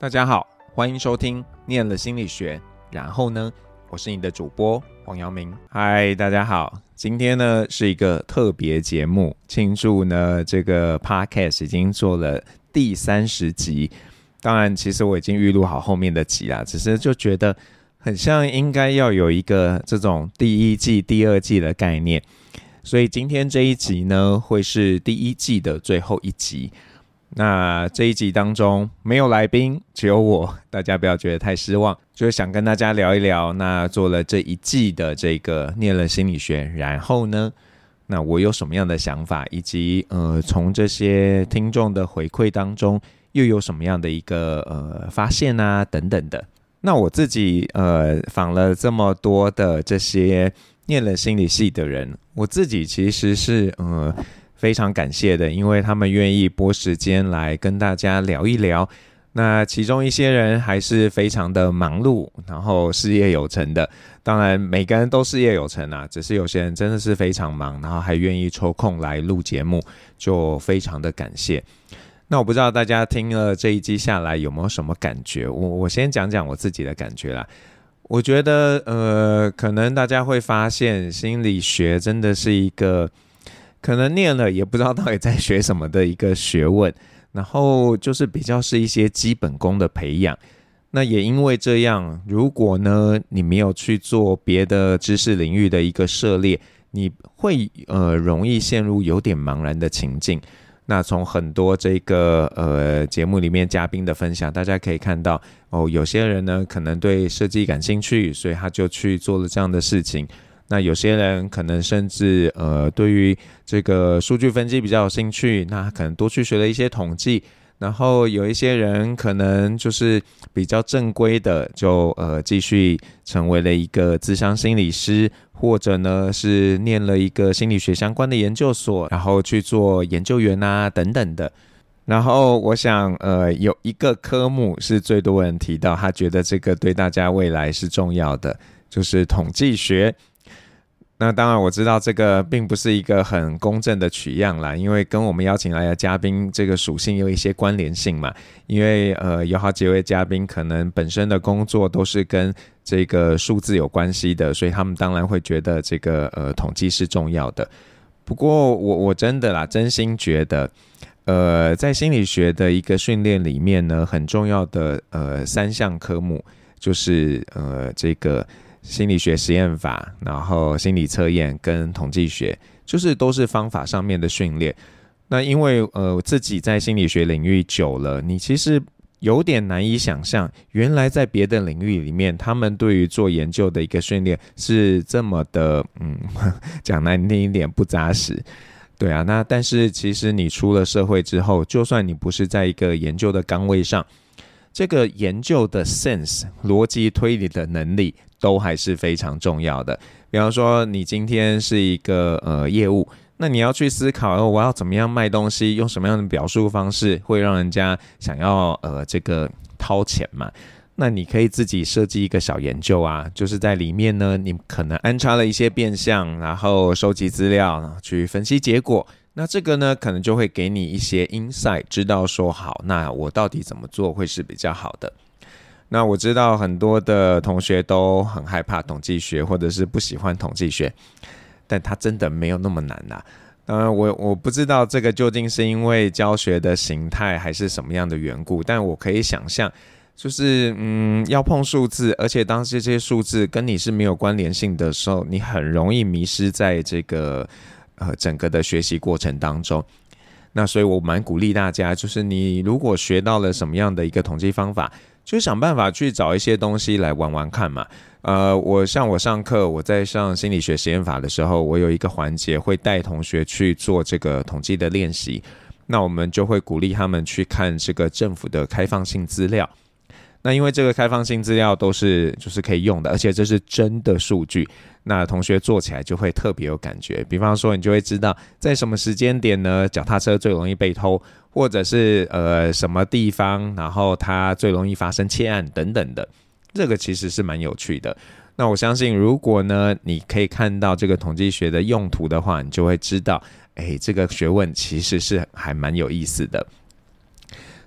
大家好，欢迎收听念了心理学，然后呢，我是你的主播黄阳明。嗨，大家好，今天呢是一个特别节目，庆祝呢这个 podcast 已经做了第30集。当然，其实我已经预录好后面的集啦，只是就觉得很像应该要有一个这种第一季、第二季的概念，所以今天这一集呢会是第一季的最后一集。那这一集当中没有来宾，只有我，大家不要觉得太失望，就是想跟大家聊一聊，那做了这一季的这个念了心理学，然后呢，那我有什么样的想法，以及从这些听众的回馈当中又有什么样的一个发现啊等等的。那我自己访了这么多的这些念了心理系的人，我自己其实是非常感谢的，因为他们愿意拨时间来跟大家聊一聊。那其中一些人还是非常的忙碌，然后事业有成的。当然每个人都事业有成啊，只是有些人真的是非常忙，然后还愿意抽空来录节目，就非常的感谢。那我不知道大家听了这一集下来有没有什么感觉，我先讲讲我自己的感觉啦。我觉得可能大家会发现心理学真的是一个可能念了也不知道到底在学什么的一个学问，然后就是比较是一些基本功的培养。那也因为这样，如果呢你没有去做别的知识领域的一个涉猎，你会容易陷入有点茫然的情境。那从很多这个节目里面嘉宾的分享，大家可以看到有些人呢可能对设计感兴趣，所以他就去做了这样的事情。那有些人可能甚至对于这个数据分析比较有兴趣，那可能多去学了一些统计。然后有一些人可能就是比较正规的，就继续成为了一个諮商心理师，或者呢是念了一个心理学相关的研究所，然后去做研究员啊等等的。然后我想有一个科目是最多人提到，他觉得这个对大家未来是重要的，就是统计学。那当然我知道这个并不是一个很公正的取样啦，因为跟我们邀请来的嘉宾这个属性有一些关联性嘛。因为有好几位嘉宾可能本身的工作都是跟这个数字有关系的，所以他们当然会觉得这个统计是重要的。不过我真的啦，真心觉得在心理学的一个训练里面呢，很重要的3项科目就是这个心理学实验法，然后心理测验跟统计学，就是都是方法上面的训练。那因为自己在心理学领域久了，你其实有点难以想象，原来在别的领域里面，他们对于做研究的一个训练是这么的讲难听一点不扎实。对啊，那但是其实你出了社会之后，就算你不是在一个研究的岗位上，这个研究的 sense 逻辑推理的能力都还是非常重要的。比方说你今天是一个业务，那你要去思考我要怎么样卖东西，用什么样的表述方式会让人家想要这个掏钱嘛。那你可以自己设计一个小研究啊，就是在里面呢你可能安插了一些变项，然后收集资料去分析结果。那这个呢可能就会给你一些 insight， 知道说好，那我到底怎么做会是比较好的。那我知道很多的同学都很害怕统计学，或者是不喜欢统计学，但它真的没有那么难啦。当然我不知道这个究竟是因为教学的形态还是什么样的缘故，但我可以想象就是要碰数字，而且当这些数字跟你是没有关联性的时候，你很容易迷失在这个整个的学习过程当中。那所以我蛮鼓励大家，就是你如果学到了什么样的一个统计方法，就想办法去找一些东西来玩玩看嘛。我上课，我在上心理学实验法的时候，我有一个环节会带同学去做这个统计的练习。那我们就会鼓励他们去看这个政府的开放性资料。那因为这个开放性资料都是就是可以用的，而且这是真的数据，那同学做起来就会特别有感觉。比方说你就会知道在什么时间点呢脚踏车最容易被偷，或者是什么地方然后它最容易发生窃案等等的，这个其实是蛮有趣的。那我相信如果呢你可以看到这个统计学的用途的话，你就会知道这个学问其实是还蛮有意思的。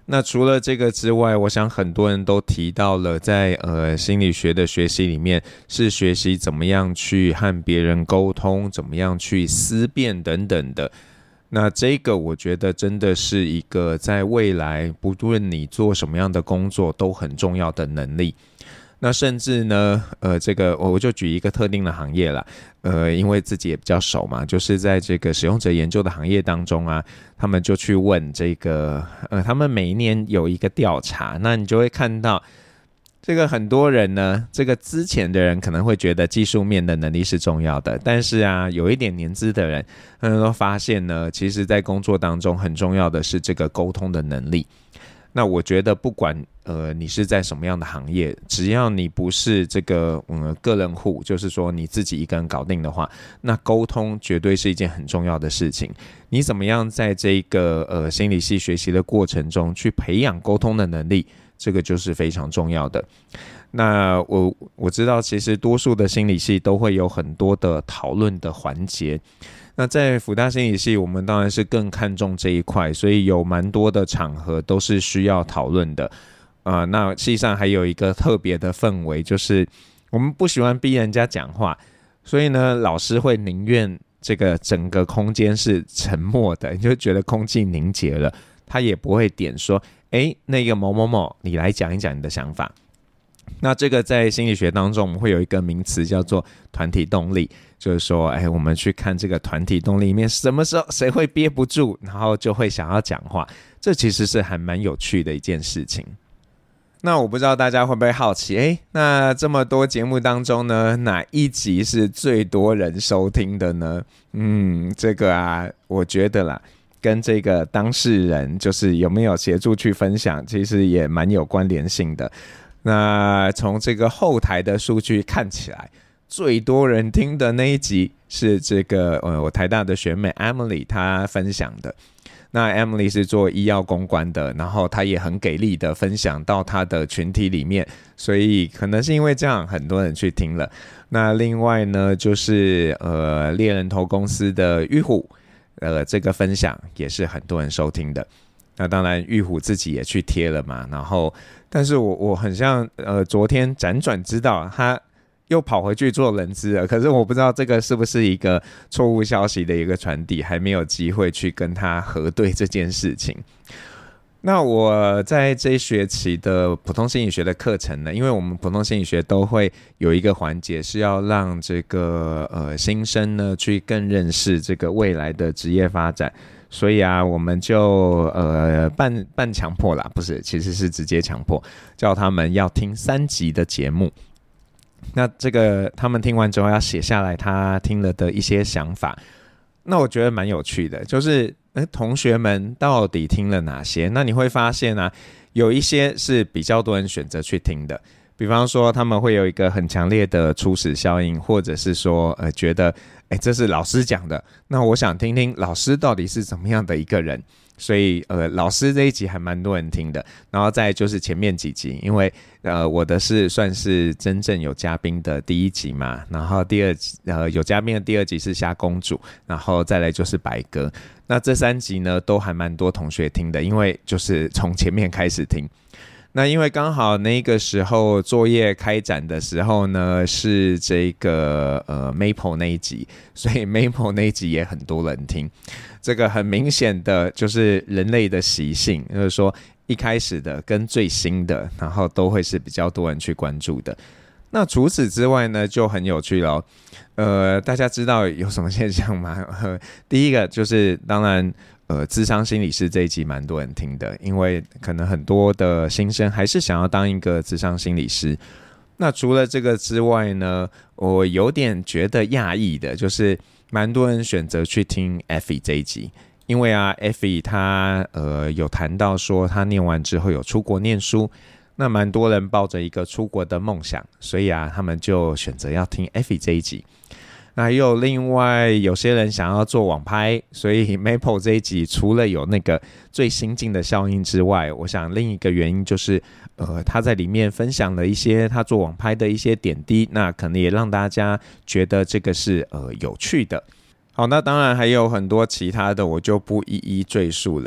那除了这个之外，我想很多人都提到了在心理学的学习里面是学习怎么样去和别人沟通，怎么样去思辨等等的。那这个我觉得真的是一个在未来不论你做什么样的工作都很重要的能力。那甚至呢，这个我就举一个特定的行业啦，因为自己也比较熟嘛，就是在这个使用者研究的行业当中啊，他们就去问这个，他们每一年有一个调查，那你就会看到这个很多人呢，这个之前的人可能会觉得技术面的能力是重要的，但是啊，有一点年资的人，他们都发现呢，其实在工作当中很重要的是这个沟通的能力。那我觉得不管你是在什么样的行业，只要你不是这个个人户，就是说你自己一个人搞定的话，那沟通绝对是一件很重要的事情。你怎么样在这个心理系学习的过程中去培养沟通的能力，这个就是非常重要的。那我知道其实多数的心理系都会有很多的讨论的环节，那在辅大心理系我们当然是更看重这一块，所以有蛮多的场合都是需要讨论的。那系上还有一个特别的氛围，就是我们不喜欢逼人家讲话，所以呢老师会宁愿这个整个空间是沉默的，你就觉得空气凝结了，他也不会点说那个某某某你来讲一讲你的想法。那这个在心理学当中我们会有一个名词叫做团体动力，就是说我们去看这个团体动力里面什么时候谁会憋不住，然后就会想要讲话，这其实是还蛮有趣的一件事情。那我不知道大家会不会好奇那这么多节目当中呢，哪一集是最多人收听的呢？这个啊我觉得啦跟这个当事人就是有没有协助去分享其实也蛮有关联性的。那从这个后台的数据看起来，最多人听的那一集是这个我台大的学妹 Emily 她分享的。那 Emily 是做医药公关的，然后她也很给力的分享到她的群体里面，所以可能是因为这样很多人去听了。那另外呢就是猎人头公司的玉虎这个分享也是很多人收听的。那当然玉虎自己也去贴了嘛，然后但是我很像昨天辗转知道他又跑回去做人资了，可是我不知道这个是不是一个错误消息的一个传递，还没有机会去跟他核对这件事情。那我在这一学期的普通心理学的课程呢，因为我们普通心理学都会有一个环节是要让这个新生呢去更认识这个未来的职业发展，所以啊我们就半强迫啦，不是，其实是直接强迫叫他们要听3集的节目。那这个他们听完之后要写下来他听了的一些想法，那我觉得蛮有趣的，就是同学们到底听了哪些？那你会发现啊，有一些是比较多人选择去听的，比方说他们会有一个很强烈的初始效应，或者是说觉得这是老师讲的，那我想听听老师到底是怎么样的一个人，所以老师这一集还蛮多人听的。然后再就是前面几集，因为我的是算是真正有嘉宾的第1集嘛，然后第2集有嘉宾的第2集是虾公主，然后再来就是白鸽。那这3集呢都还蛮多同学听的，因为就是从前面开始听。那因为刚好那个时候作业开展的时候呢是这个Maple 那一集，所以 Maple 那一集也很多人听。这个很明显的就是人类的习性，就是说一开始的跟最新的，然后都会是比较多人去关注的。那除此之外呢就很有趣了大家知道有什么现象吗？第一个就是当然諮商心理师这一集蛮多人听的，因为可能很多的新生还是想要当一个諮商心理师。那除了这个之外呢，我有点觉得讶异的就是蛮多人选择去听 Effie 这一集，因为啊 Effie 他有谈到说他念完之后有出国念书，那蛮多人抱着一个出国的梦想，所以啊他们就选择要听 Effie 这一集。那又另外有些人想要做网拍，所以 Maple 这一集除了有那个最新进的效应之外，我想另一个原因就是他在里面分享了一些他做网拍的一些点滴，那可能也让大家觉得这个是有趣的。好，那当然还有很多其他的我就不一一赘述了。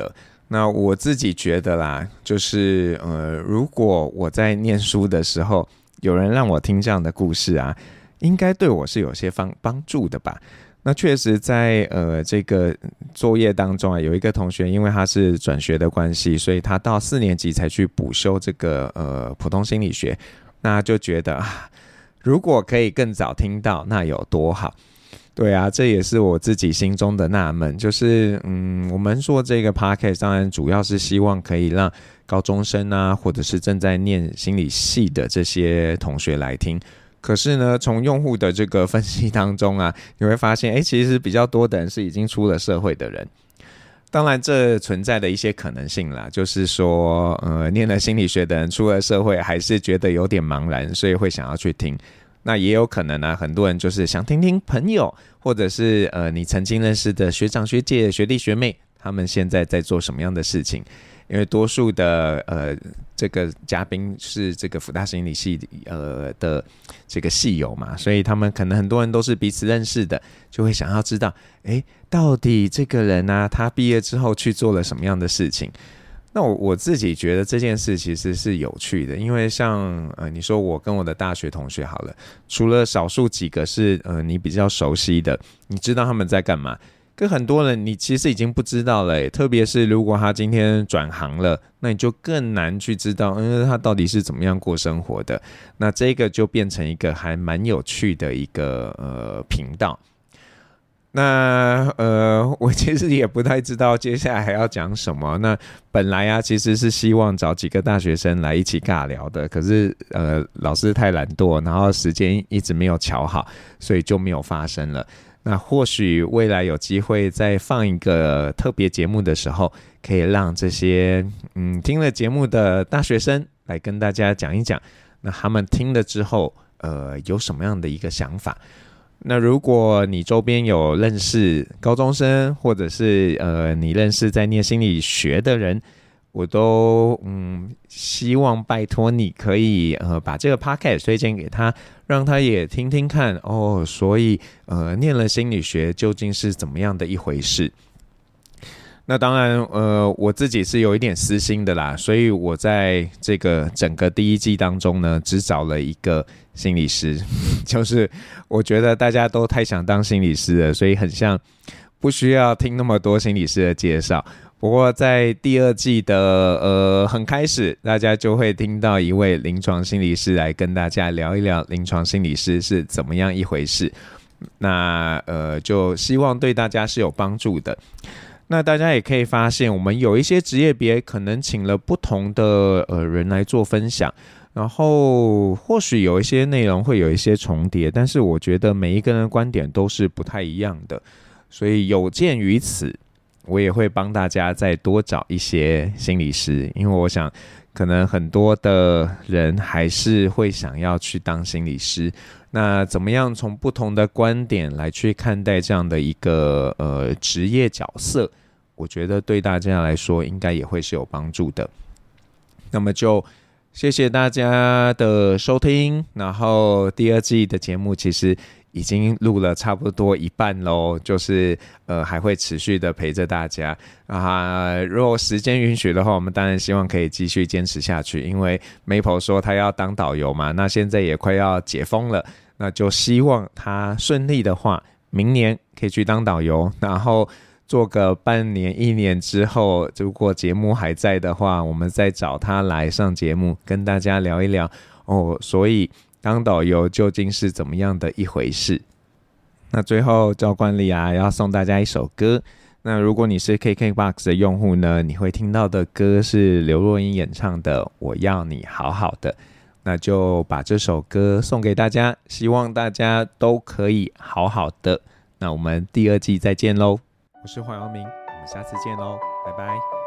那我自己觉得啦，就是如果我在念书的时候有人让我听这样的故事啊，应该对我是有些帮助的吧。那确实在这个作业当中啊，有一个同学因为他是转学的关系，所以他到4年级才去补修这个普通心理学。那就觉得如果可以更早听到，那有多好。对啊，这也是我自己心中的纳闷，就是我们做这个 podcast 当然主要是希望可以让高中生啊，或者是正在念心理系的这些同学来听。可是呢，从用户的这个分析当中啊，你会发现其实比较多的人是已经出了社会的人。当然这存在的一些可能性啦，就是说念了心理学的人出了社会还是觉得有点茫然，所以会想要去听。那也有可能啊，很多人就是想听听朋友，或者是你曾经认识的学长学姐、学弟学妹，他们现在在做什么样的事情。因为多数的这个嘉宾是这个辅大心理系的这个系友嘛，所以他们可能很多人都是彼此认识的，就会想要知道到底这个人啊，他毕业之后去做了什么样的事情。那我自己觉得这件事其实是有趣的，因为像你说我跟我的大学同学好了，除了少数几个是你比较熟悉的，你知道他们在干嘛，跟很多人你其实已经不知道了特别是如果他今天转行了，那你就更难去知道他到底是怎么样过生活的。那这个就变成一个还蛮有趣的一个频道。那我其实也不太知道接下来还要讲什么。那本来啊，其实是希望找几个大学生来一起尬聊的，可是老师太懒惰，然后时间一直没有瞧好，所以就没有发生了。那或许未来有机会再放一个特别节目的时候，可以让这些听了节目的大学生来跟大家讲一讲，那他们听了之后有什么样的一个想法。那如果你周边有认识高中生，或者是你认识在念心理学的人，我都希望拜托你可以把这个 podcast 推荐给他，让他也听听看所以念了心理学究竟是怎么样的一回事。那当然我自己是有一点私心的啦，所以我在这个整个第1季当中呢，只找了一个心理师，就是我觉得大家都太想当心理师了，所以很像不需要听那么多心理师的介绍。不过在第2季的很开始，大家就会听到一位临床心理师来跟大家聊一聊临床心理师是怎么样一回事。那就希望对大家是有帮助的。那大家也可以发现，我们有一些职业别可能请了不同的人来做分享，然后或许有一些内容会有一些重叠，但是我觉得每一个人的观点都是不太一样的，所以有鉴于此，我也会帮大家再多找一些心理师，因为我想可能很多的人还是会想要去当心理师。那怎么样从不同的观点来去看待这样的一个职业角色，我觉得对大家来说应该也会是有帮助的。那么就谢谢大家的收听，然后第2季的节目其实已经录了差不多一半咯，就是还会持续的陪着大家如果时间允许的话，我们当然希望可以继续坚持下去，因为 Maple 说他要当导游嘛，那现在也快要解封了，那就希望他顺利的话，明年可以去当导游，然后做个半年1年之后，如果节目还在的话，我们再找他来上节目跟大家聊一聊所以当导游究竟是怎么样的一回事。那最后照惯例要送大家一首歌。那如果你是 KKBOX 的用户呢，你会听到的歌是刘若英演唱的《我要你好好的》，那就把这首歌送给大家，希望大家都可以好好的。那我们第2季再见咯，我是黄阳明，我们下次见咯，拜拜。